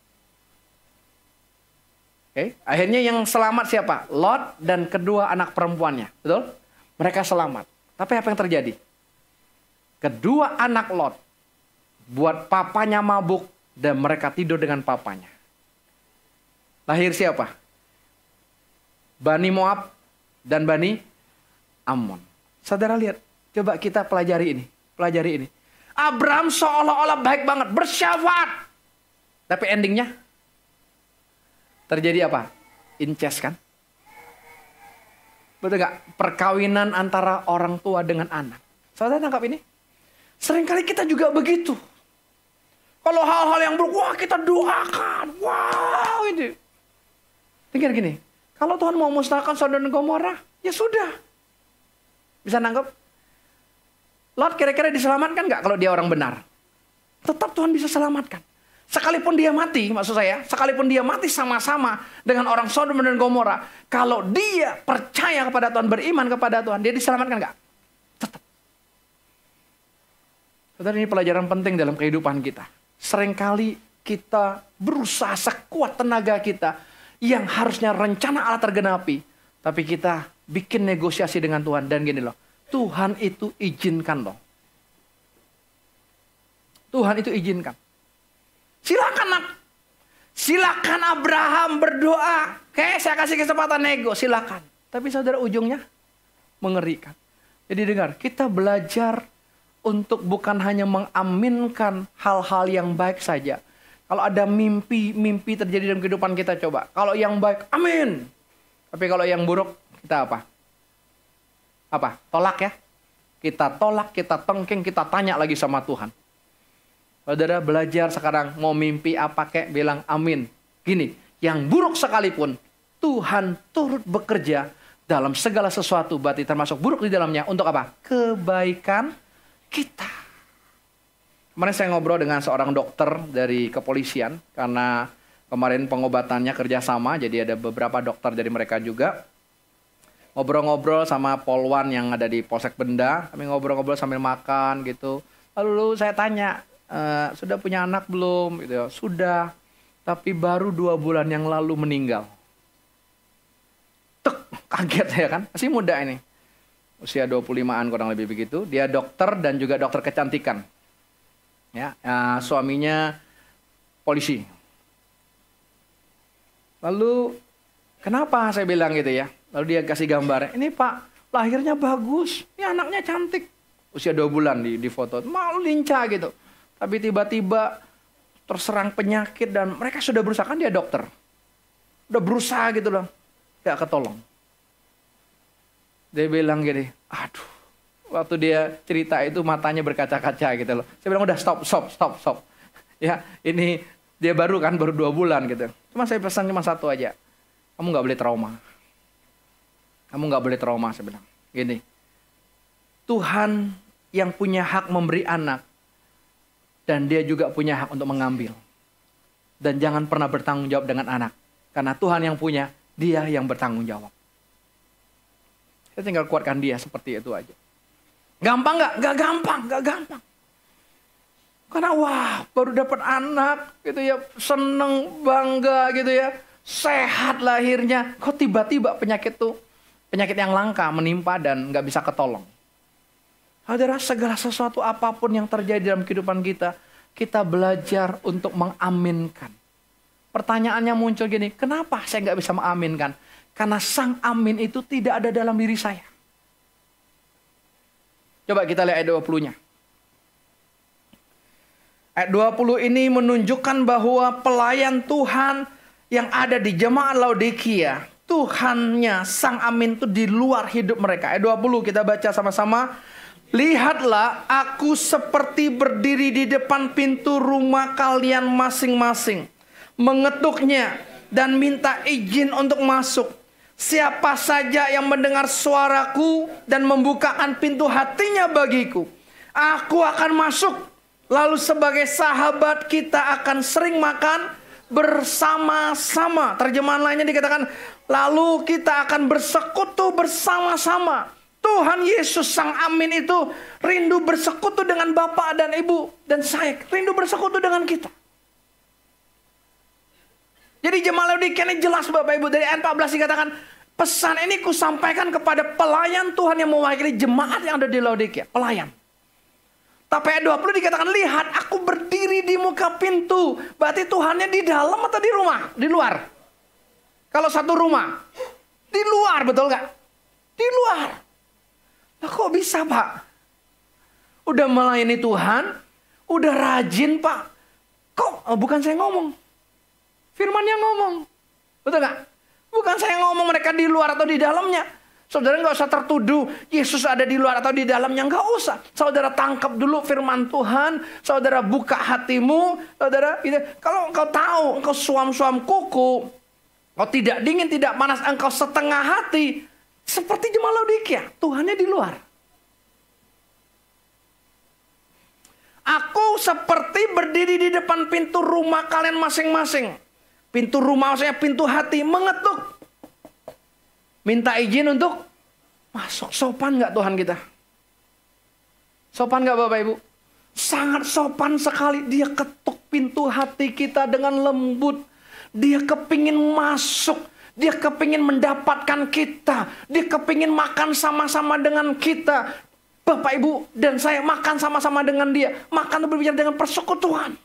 Oke, akhirnya yang selamat siapa? Lot dan kedua anak perempuannya. Betul? Mereka selamat. Tapi apa yang terjadi? Kedua anak Lot buat papanya mabuk dan mereka tidur dengan papanya. Lahir siapa? Bani Moab dan Bani Ammon. Saudara lihat, coba kita pelajari ini. Pelajari ini. Abraham seolah-olah baik banget, bersyafaat. Tapi endingnya terjadi apa? Incest kan? Betul gak? Perkawinan antara orang tua dengan anak. Saudara tangkap ini? Seringkali kita juga begitu. Kalau hal-hal yang buruk, wah kita doakan. Wow ini. Dengar gini, kalau Tuhan mau musnahkan Sodom dan Gomora, ya sudah. Bisa nangkep? Lot kira-kira diselamatkan nggak kalau dia orang benar? Tetap Tuhan bisa selamatkan. Sekalipun dia mati, maksud saya, sekalipun dia mati sama-sama dengan orang Sodom dan Gomora, kalau dia percaya kepada Tuhan, beriman kepada Tuhan, dia diselamatkan nggak? Tetap. Saudara, ini pelajaran penting dalam kehidupan kita. Seringkali kita berusaha sekuat tenaga kita, yang harusnya rencana Allah tergenapi. Tapi kita bikin negosiasi dengan Tuhan. Dan gini loh. Tuhan itu izinkan loh. Tuhan itu izinkan. Silakan nak. Silakan Abraham berdoa. Oke, saya kasih kesempatan nego. Silakan. Tapi saudara, ujungnya mengerikan. Jadi dengar. Kita belajar untuk bukan hanya mengaminkan hal-hal yang baik saja. Kalau ada mimpi-mimpi terjadi dalam kehidupan kita, coba. Kalau yang baik, amin. Tapi kalau yang buruk, kita apa? Apa? Tolak ya. Kita tolak, kita tengking, kita tanya lagi sama Tuhan. Saudara belajar sekarang, mau mimpi apa kek, bilang amin. Gini, yang buruk sekalipun, Tuhan turut bekerja dalam segala sesuatu, berarti termasuk buruk di dalamnya, untuk apa? Kebaikan kita. Kemarin saya ngobrol dengan seorang dokter dari kepolisian, karena kemarin pengobatannya kerjasama, jadi ada beberapa dokter dari mereka juga. Ngobrol-ngobrol sama polwan yang ada di Polsek Benda, kami ngobrol-ngobrol sambil makan gitu. Lalu saya tanya, e, sudah punya anak belum? Gitu. Sudah, tapi baru dua bulan yang lalu meninggal. Tek, kaget ya kan, masih muda ini. Usia dua puluh limaan kurang lebih begitu. Dia dokter dan juga dokter kecantikan. Ya, uh, suaminya polisi. Lalu kenapa saya bilang gitu ya? Lalu dia kasih gambar. Ini Pak, lahirnya bagus. Ini anaknya cantik. Usia dua bulan di, di foto. Malu lincah gitu. Tapi tiba-tiba terserang penyakit dan mereka sudah berusaha. Kan dia dokter. Udah berusaha gitu loh. Gak ketolong. Dia bilang gini, aduh. Waktu dia cerita itu matanya berkaca-kaca gitu loh. Saya bilang udah stop, stop, stop, stop. Ya, ini dia baru kan, baru dua bulan gitu. Cuma saya pesan cuma satu aja. Kamu gak boleh trauma. Kamu gak boleh trauma, saya bilang. Gini, Tuhan yang punya hak memberi anak. Dan dia juga punya hak untuk mengambil. Dan jangan pernah bertanggung jawab dengan anak. Karena Tuhan yang punya, dia yang bertanggung jawab. Saya tinggal kuatkan dia seperti itu aja. Gampang gak? Gak gampang, gak gampang. Karena wah, baru dapat anak gitu ya, seneng, bangga gitu ya, sehat lahirnya. Kok tiba-tiba penyakit tuh, penyakit yang langka menimpa dan gak bisa ketolong. Saudara, segala sesuatu apapun yang terjadi dalam kehidupan kita, kita belajar untuk mengaminkan. Pertanyaannya muncul gini, kenapa saya gak bisa mengaminkan? Karena sang amin itu tidak ada dalam diri saya. Coba kita lihat ayat dua puluh-nya. Ayat dua puluh ini menunjukkan bahwa pelayan Tuhan yang ada di jemaat Laodikia, Tuhannya, Sang Amin itu di luar hidup mereka. Ayat dua puluh kita baca sama-sama. Lihatlah, aku seperti berdiri di depan pintu rumah kalian masing-masing, mengetuknya dan minta izin untuk masuk. Siapa saja yang mendengar suaraku dan membukakan pintu hatinya bagiku, aku akan masuk. Lalu sebagai sahabat kita akan sering makan bersama-sama. Terjemahan lainnya dikatakan, lalu kita akan bersekutu bersama-sama. Tuhan Yesus Sang Amin itu rindu bersekutu dengan Bapak dan Ibu. Dan saya rindu bersekutu dengan kita. Jadi jemaat Laodikia ini jelas Bapak Ibu. Dari ayat empat belas dikatakan, pesan ini kusampaikan kepada pelayan Tuhan yang mewakili jemaat yang ada di Laodikia. Pelayan. Tapi ayat dua puluh dikatakan, lihat aku berdiri di muka pintu. Berarti Tuhannya di dalam atau di rumah? Di luar. Kalau satu rumah. Di luar, betul gak? Di luar. Nah, kok bisa Pak? Udah melayani Tuhan. Udah rajin Pak. Kok? Oh, bukan saya ngomong. Firman-Nya ngomong. Betul gak? Bukan saya ngomong mereka di luar atau di dalamnya. Saudara nggak usah tertuduh Yesus ada di luar atau di dalamnya, nggak usah. Saudara tangkap dulu firman Tuhan, saudara buka hatimu, saudara. Gitu. Kalau engkau tahu engkau suam-suam kuku, engkau tidak dingin tidak panas, engkau setengah hati, seperti jemaat Laodikia, Tuhannya di luar. Aku seperti berdiri di depan pintu rumah kalian masing-masing. Pintu rumah maksudnya pintu hati, mengetuk. Minta izin untuk masuk. Sopan gak Tuhan kita? Sopan gak Bapak Ibu? Sangat sopan sekali. Dia ketuk pintu hati kita dengan lembut. Dia kepingin masuk. Dia kepingin mendapatkan kita. Dia kepingin makan sama-sama dengan kita. Bapak Ibu dan saya makan sama-sama dengan dia. Makan itu berbicara dengan persekutuan.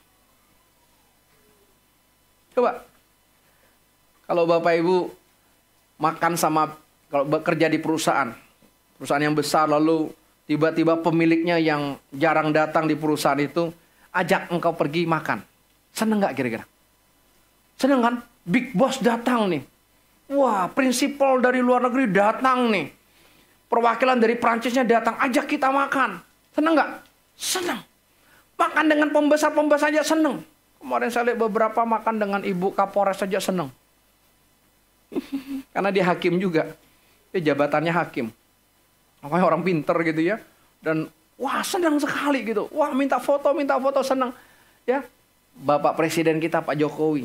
Coba. Kalau Bapak Ibu makan sama, kalau bekerja di perusahaan, perusahaan yang besar, lalu tiba-tiba pemiliknya yang jarang datang di perusahaan itu, ajak engkau pergi makan. Seneng gak kira-kira? Seneng kan? Big boss datang nih. Wah, prinsipal dari luar negeri datang nih. Perwakilan dari Prancisnya datang, ajak kita makan. Seneng gak? Seneng. Makan dengan pembesar-pembesar saja seneng. Kemarin saya lihat beberapa makan dengan Ibu Kapolres saja seneng. Karena dia hakim juga. Dia jabatannya hakim. Makanya orang pinter gitu ya. Dan wah senang sekali gitu. Wah minta foto, minta foto senang. Ya, Bapak Presiden kita Pak Jokowi.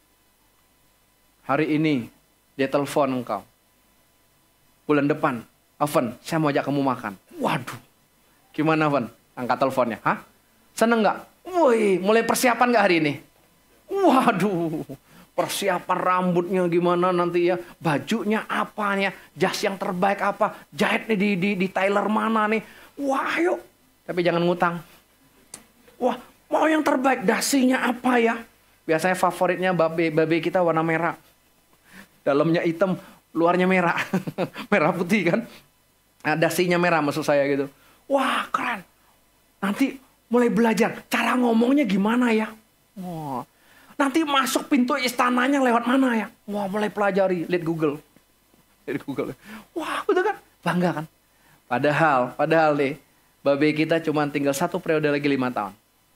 Hari ini dia telepon engkau. Bulan depan, Evan, saya mau ajak kamu makan. Waduh. Gimana Evan? Angkat teleponnya. Hah? Seneng gak? Woi, mulai persiapan gak hari ini? Waduh. Persiapan rambutnya gimana nanti ya, bajunya apa ya, jas yang terbaik apa, jahit nih di, di, di tailor mana nih, wah yuk, tapi jangan ngutang. Wah mau yang terbaik, dasinya apa ya, biasanya favoritnya babe, babe kita warna merah, dalamnya hitam, luarnya merah, merah putih kan, nah, dasinya merah maksud saya gitu. Wah keren, nanti mulai belajar cara ngomongnya gimana ya. Wah. Nanti masuk pintu istananya lewat mana ya? Wah mulai pelajari, lihat Google. Lihat Google. Wah betul kan? Bangga kan? Padahal, padahal nih, babe kita cuma tinggal satu periode lagi lima tahun.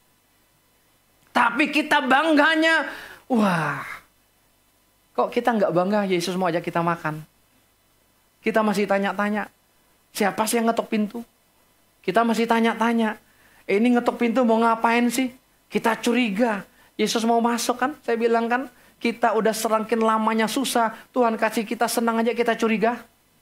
Tapi kita bangganya, wah. Kok kita nggak bangga Yesus mau ajak kita makan? Kita masih tanya-tanya, siapa sih yang ngetok pintu? Kita masih tanya-tanya, ini ngetok pintu mau ngapain sih? Kita curiga. Yesus mau masuk kan? Saya bilang kan, kita udah serangkin lamanya susah. Tuhan kasih kita senang aja kita curiga.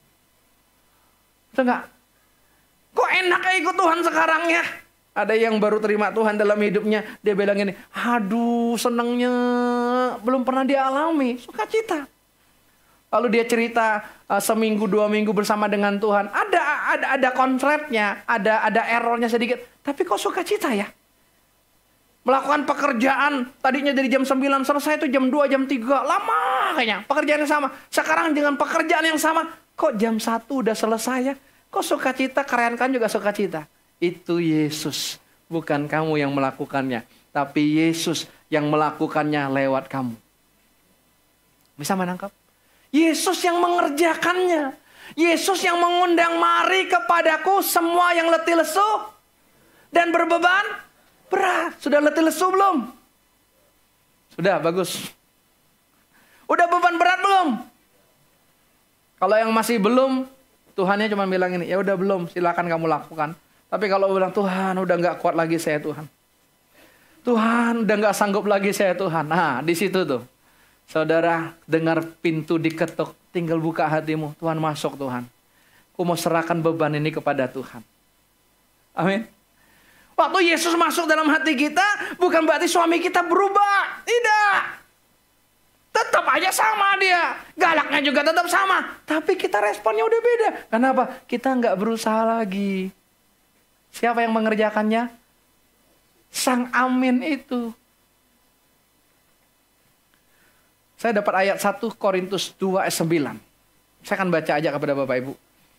Betul nggak? Kok enak ya ikut Tuhan sekarang ya? Ada yang baru terima Tuhan dalam hidupnya. Dia bilang ini, aduh senangnya belum pernah dia alami. Sukacita. Lalu dia cerita uh, seminggu dua minggu bersama dengan Tuhan. Ada ada ada konsletnya, ada ada errornya sedikit. Tapi kok sukacita ya? Melakukan pekerjaan tadinya dari jam sembilan selesai itu jam dua, jam tiga. Lama kayaknya. Pekerjaan yang sama. Sekarang dengan pekerjaan yang sama. Kok jam satu udah selesai ya? Kok sukacita, keren kan juga sukacita. Itu Yesus. Bukan kamu yang melakukannya. tapi Yesus yang melakukannya lewat kamu. Bisa menangkap? Yesus yang mengerjakannya. Yesus yang mengundang, mari kepadaku semua yang letih lesu dan berbeban berat. Sudah letih lesu belum? Sudah, bagus. Udah beban berat belum? Kalau yang masih belum, Tuhannya cuma bilang ini, ya udah belum, silakan kamu lakukan. Tapi kalau bilang, Tuhan udah gak kuat lagi saya Tuhan. Tuhan udah gak sanggup lagi saya Tuhan. Nah di situ tuh. Saudara dengar pintu diketuk, tinggal buka hatimu. Tuhan masuk Tuhan. Aku mau serahkan beban ini kepada Tuhan. Amin. Waktu Yesus masuk dalam hati kita, bukan berarti suami kita berubah. Tidak. Tetap aja sama dia. Galaknya juga tetap sama. Tapi kita responnya udah beda. Kenapa? Kita nggak berusaha lagi. Siapa yang mengerjakannya? Sang Amin itu. Saya dapat ayat satu Korintus dua ayat sembilan. Saya akan baca aja kepada Bapak Ibu.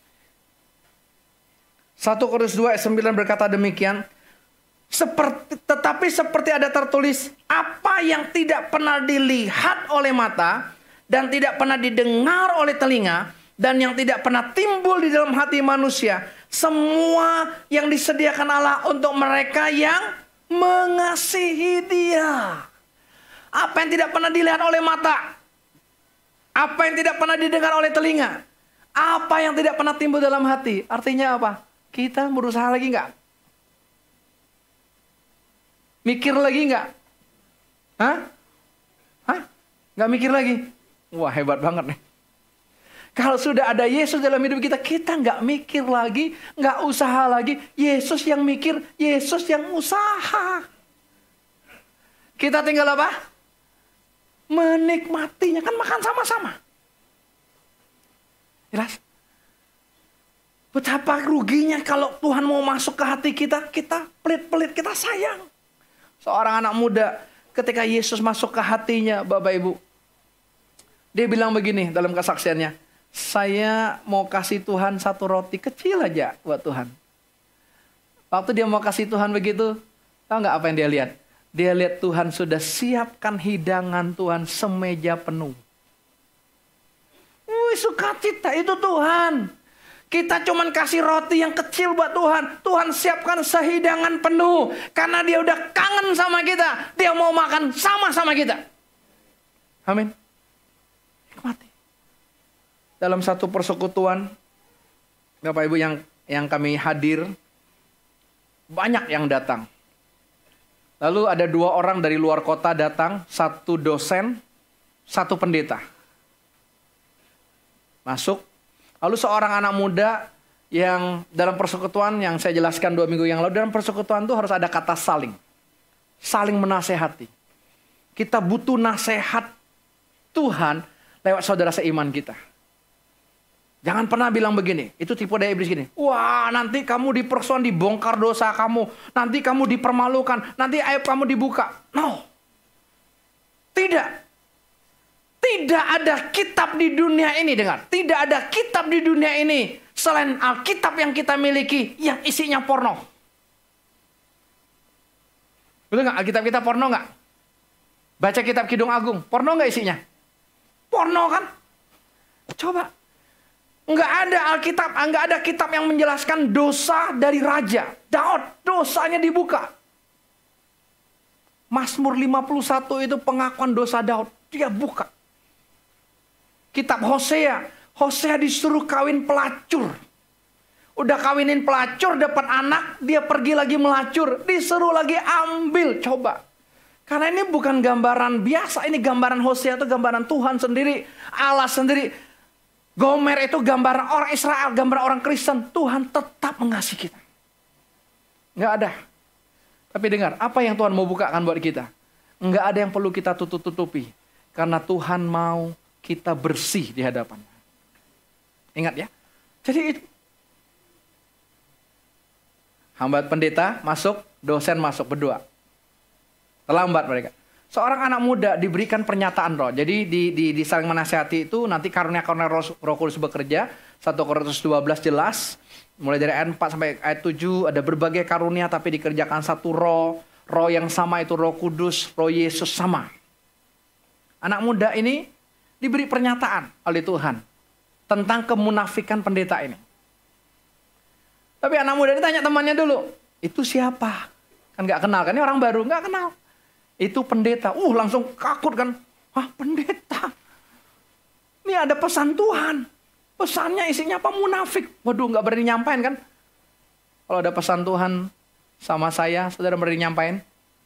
satu Korintus dua ayat sembilan berkata demikian. Seperti, tetapi seperti ada tertulis, apa yang tidak pernah dilihat oleh mata, dan tidak pernah didengar oleh telinga, dan yang tidak pernah timbul di dalam hati manusia, semua yang disediakan Allah untuk mereka yang mengasihi Dia. Apa yang tidak pernah dilihat oleh mata, apa yang tidak pernah didengar oleh telinga, apa yang tidak pernah timbul dalam hati. Artinya apa? Kita berusaha lagi nggak? Mikir lagi nggak? Hah? Hah? Nggak mikir lagi? Wah hebat banget nih. Kalau sudah ada Yesus dalam hidup kita, kita nggak mikir lagi, nggak usaha lagi. Yesus yang mikir, Yesus yang usaha. Kita tinggal apa? Menikmatinya, kan makan sama-sama. Jelas? Betapa ruginya kalau Tuhan mau masuk ke hati kita, kita pelit-pelit, kita sayang. Seorang anak muda ketika Yesus masuk ke hatinya, Bapak Ibu, dia bilang begini dalam kesaksiannya, saya mau kasih Tuhan satu roti kecil aja buat Tuhan. Waktu dia mau kasih Tuhan begitu, tahu nggak apa yang dia lihat? Dia lihat Tuhan sudah siapkan hidangan Tuhan semeja penuh. Wih, sukacita itu Tuhan. Kita cuman kasih roti yang kecil buat Tuhan. Tuhan siapkan sehidangan penuh. Karena dia udah kangen sama kita. Dia mau makan sama-sama kita. Amin. Nikmati. Dalam satu persekutuan, Bapak Ibu yang yang kami hadir, banyak yang datang. Lalu ada dua orang dari luar kota datang. Satu dosen, satu pendeta. Masuk. Lalu seorang anak muda yang dalam persekutuan yang saya jelaskan dua minggu yang lalu. Dalam persekutuan itu harus ada kata saling. Saling menasehati. Kita butuh nasihat Tuhan lewat saudara seiman kita. Jangan pernah bilang begini. Itu tipu daya iblis gini. Wah nanti kamu di persekutuan dibongkar dosa kamu. Nanti kamu dipermalukan. Nanti aib kamu dibuka. No. Tidak. Tidak ada kitab di dunia ini, dengar. Tidak ada kitab di dunia ini selain Alkitab yang kita miliki yang isinya porno. Betul nggak? Alkitab kita porno nggak? Baca kitab Kidung Agung, porno nggak isinya? Porno kan? Coba. Nggak ada Alkitab, nggak ada kitab yang menjelaskan dosa dari raja. Daud, dosanya dibuka. Mazmur lima puluh satu itu pengakuan dosa Daud. Dia buka. Kitab Hosea, Hosea disuruh kawin pelacur. Udah kawinin pelacur, dapat anak, dia pergi lagi melacur, disuruh lagi ambil, coba. Karena ini bukan gambaran biasa, ini gambaran Hosea itu gambaran Tuhan sendiri, Allah sendiri. Gomer itu gambaran orang Israel, gambaran orang Kristen. Tuhan tetap mengasihi kita. Nggak ada. Tapi dengar, apa yang Tuhan mau bukakan buat kita? Nggak ada yang perlu kita tutup-tutupi. Karena Tuhan mau kita bersih di hadapannya. Ingat ya. Jadi itu. Hamba pendeta masuk, dosen masuk, berdua. Terlambat mereka. Seorang anak muda diberikan pernyataan roh. Jadi di, di, di saling menasihati itu nanti karunia-karunia roh, roh kudus bekerja. satu Korintus dua belas jelas. Mulai dari ayat empat sampai ayat tujuh ada berbagai karunia tapi dikerjakan satu roh. Roh yang sama itu Roh Kudus, Roh Yesus sama. Anak muda ini diberi pernyataan oleh Tuhan tentang kemunafikan pendeta ini. Tapi anak muda ini tanya temannya dulu, itu siapa? Kan gak kenal kan, ini orang baru, gak kenal. Itu pendeta, uh langsung takut kan. Hah, pendeta? Ini ada pesan Tuhan. Pesannya isinya apa? Munafik. Waduh, gak berani nyampain kan. Kalau ada pesan Tuhan sama saya, saudara berani nyampain?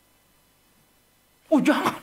Oh jangan.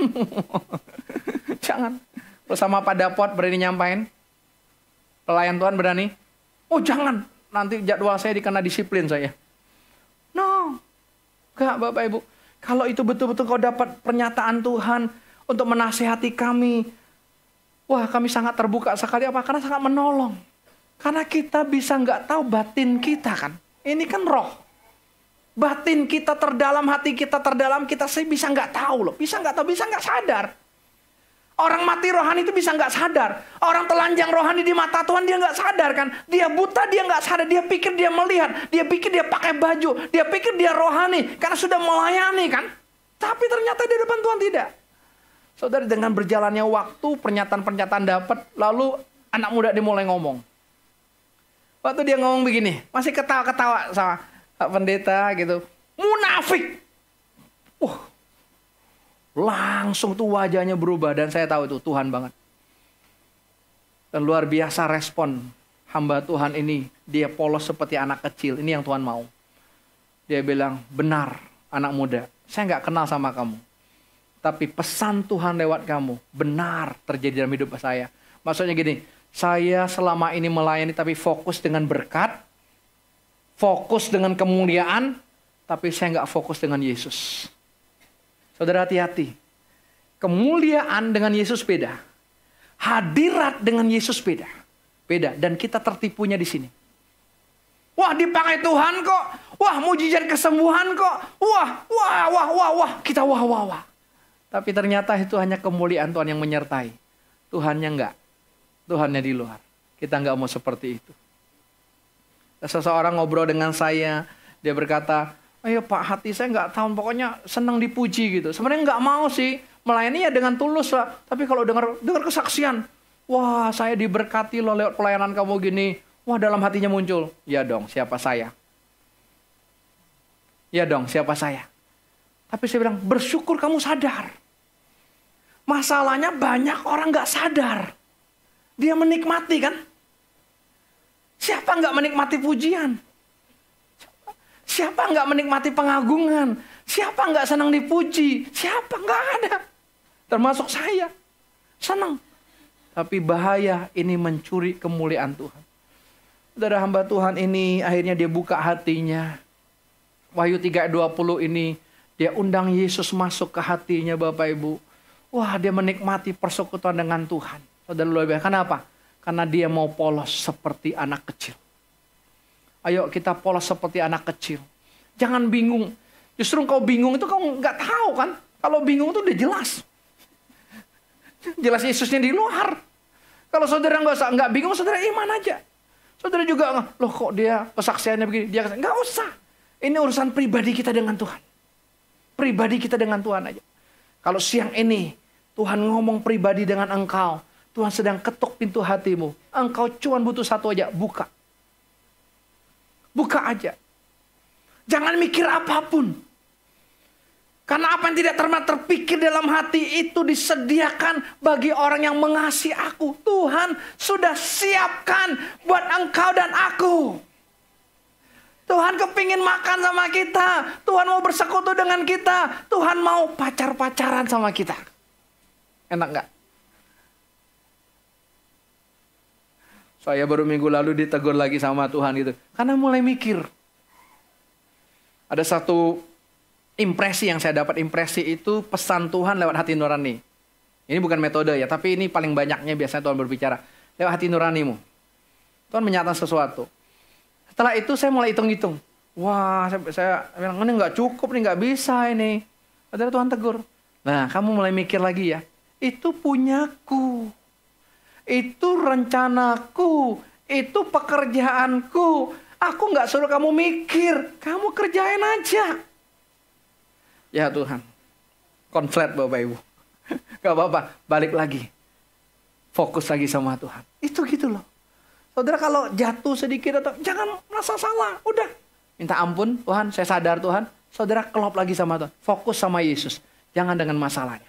Jangan. Kalau sama Pak Dapot berani nyampain? Pelayan Tuhan berani? Oh jangan. Nanti jadwal saya dikena disiplin saya. No. Enggak Bapak Ibu. Kalau itu betul-betul kau dapat pernyataan Tuhan untuk menasihati kami. Wah kami sangat terbuka sekali. Apa? Karena sangat menolong. Karena kita bisa nggak tahu batin kita kan. Ini kan roh. Batin kita terdalam, hati kita terdalam, kita sih bisa nggak tahu loh. Bisa nggak tahu, bisa nggak sadar. Orang mati rohani itu bisa nggak sadar. Orang telanjang rohani di mata Tuhan dia nggak sadar kan. Dia buta dia nggak sadar. Dia pikir dia melihat. Dia pikir dia pakai baju. Dia pikir dia rohani. Karena sudah melayani kan. Tapi ternyata di depan Tuhan tidak. Saudara dengan berjalannya waktu pernyataan-pernyataan dapat. Lalu anak muda dimulai ngomong. Waktu dia ngomong begini. Masih ketawa-ketawa sama Pak Pendeta gitu. Munafik. Uh. Langsung tuh wajahnya berubah. Dan saya tahu itu Tuhan banget. Dan luar biasa respon hamba Tuhan ini. Dia polos seperti anak kecil. Ini yang Tuhan mau. Dia bilang, benar anak muda. Saya gak kenal sama kamu. Tapi pesan Tuhan lewat kamu. Benar terjadi dalam hidup saya. Maksudnya gini. Saya selama ini melayani tapi fokus dengan berkat. Fokus dengan kemuliaan. Tapi saya gak fokus dengan Yesus. Saudara hati-hati. Kemuliaan dengan Yesus beda. Hadirat dengan Yesus beda. Beda. Dan kita tertipunya di sini. Wah dipakai Tuhan kok. Wah mujizat kesembuhan kok. Wah, wah, wah, wah, wah. Kita wah, wah, wah. Tapi ternyata itu hanya kemuliaan Tuhan yang menyertai. Tuhannya enggak. Tuhannya di luar. Kita enggak mau seperti itu. Seseorang ngobrol dengan saya. Dia berkata, ayo Pak, hati saya nggak tahu, pokoknya senang dipuji gitu. Sebenarnya nggak mau sih, melayani ya dengan tulus lah. Tapi kalau dengar dengar kesaksian, wah saya diberkati loh lewat pelayanan kamu gini. Wah dalam hatinya muncul, ya dong siapa saya? Ya dong siapa saya? Tapi saya bilang, bersyukur kamu sadar. Masalahnya banyak orang nggak sadar. Dia menikmati kan? Siapa nggak menikmati pujian? Siapa nggak menikmati pengagungan? Siapa nggak senang dipuji? Siapa nggak ada? Termasuk saya. Senang. Tapi bahaya ini mencuri kemuliaan Tuhan. Saudara hamba Tuhan ini akhirnya dia buka hatinya. Wahyu tiga ayat dua puluh ini. Dia undang Yesus masuk ke hatinya Bapak Ibu. Wah dia menikmati persekutuan dengan Tuhan. Saudara luar biasa. Kenapa? Karena dia mau polos seperti anak kecil. Ayo kita polos seperti anak kecil. Jangan bingung. Justru kau bingung itu kau nggak tahu kan. Kalau bingung itu udah jelas. Jelas Yesusnya di luar. Kalau saudara nggak usah nggak bingung, saudara iman aja. Saudara juga loh kok dia kesaksiannya begini. Dia nggak usah. Ini urusan pribadi kita dengan Tuhan. Pribadi kita dengan Tuhan aja. Kalau siang ini Tuhan ngomong pribadi dengan engkau. Tuhan sedang ketuk pintu hatimu. Engkau cuma butuh satu aja, buka. Buka aja. Jangan mikir apapun. Karena apa yang tidak pernah terpikir dalam hati itu disediakan bagi orang yang mengasihi aku. Tuhan sudah siapkan buat engkau dan aku. Tuhan kepingin makan sama kita. Tuhan mau bersekutu dengan kita. Tuhan mau pacar-pacaran sama kita. Enak gak? Saya baru minggu lalu ditegur lagi sama Tuhan gitu. Karena mulai mikir. Ada satu impresi yang saya dapat. Impresi itu pesan Tuhan lewat hati nurani. Ini bukan metode ya. Tapi ini paling banyaknya biasanya Tuhan berbicara. Lewat hati nuranimu. Tuhan menyatakan sesuatu. Setelah itu saya mulai hitung-hitung. Wah saya, saya bilang ini gak cukup nih. Gak bisa ini. Padahal Tuhan tegur. Nah kamu mulai mikir lagi ya. Itu punyaku. Itu rencanaku, itu pekerjaanku. Aku gak suruh kamu mikir, kamu kerjain aja. Ya Tuhan, konflik Bapak Ibu. Gak apa-apa, balik lagi. Fokus lagi sama Tuhan. Itu gitu loh. Saudara kalau jatuh sedikit atau jangan merasa salah. Udah, minta ampun Tuhan, saya sadar Tuhan. Saudara kelop lagi sama Tuhan. Fokus sama Yesus. Jangan dengan masalahnya.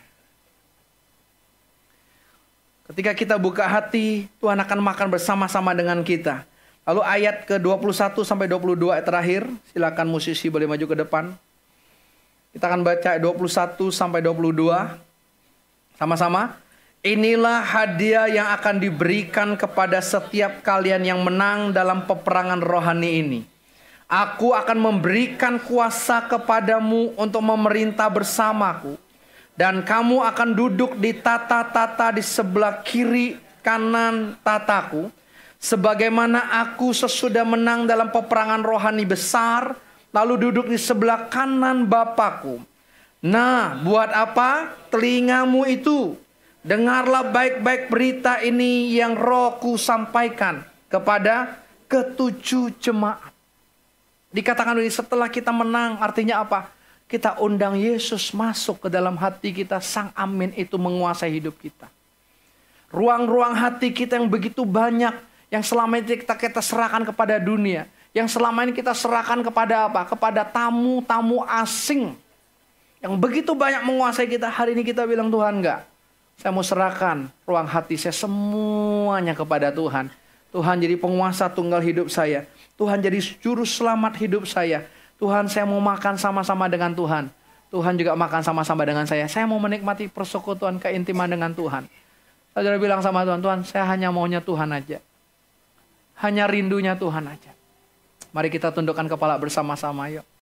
Ketika kita buka hati, Tuhan akan makan bersama-sama dengan kita. Lalu ayat ke dua puluh satu sampai dua puluh dua ayat terakhir. Silakan musisi boleh maju ke depan. Kita akan baca dua puluh satu sampai dua puluh dua. Sama-sama. Inilah hadiah yang akan diberikan kepada setiap kalian yang menang dalam peperangan rohani ini. Aku akan memberikan kuasa kepadamu untuk memerintah bersamaku. Dan kamu akan duduk di tata-tata di sebelah kiri kanan tataku. Sebagaimana aku sesudah menang dalam peperangan rohani besar, lalu duduk di sebelah kanan Bapakku. Nah, buat apa? Telingamu itu. Dengarlah baik-baik berita ini yang Rohku sampaikan kepada ketujuh jemaat. Dikatakan ini setelah kita menang, artinya apa? Kita undang Yesus masuk ke dalam hati kita. Sang Amin itu menguasai hidup kita. Ruang-ruang hati kita yang begitu banyak, yang selama ini kita, kita serahkan kepada dunia. Yang selama ini kita serahkan kepada apa? Kepada tamu-tamu asing. Yang begitu banyak menguasai kita. Hari ini kita bilang, Tuhan enggak. Saya mau serahkan ruang hati saya semuanya kepada Tuhan. Tuhan jadi penguasa tunggal hidup saya. Tuhan jadi juru selamat hidup saya. Tuhan, saya mau makan sama-sama dengan Tuhan. Tuhan juga makan sama-sama dengan saya. Saya mau menikmati persekutuan keintiman dengan Tuhan. Saudara bilang sama Tuhan, Tuhan saya hanya maunya Tuhan aja. Hanya rindunya Tuhan aja. Mari kita tundukkan kepala bersama-sama yuk.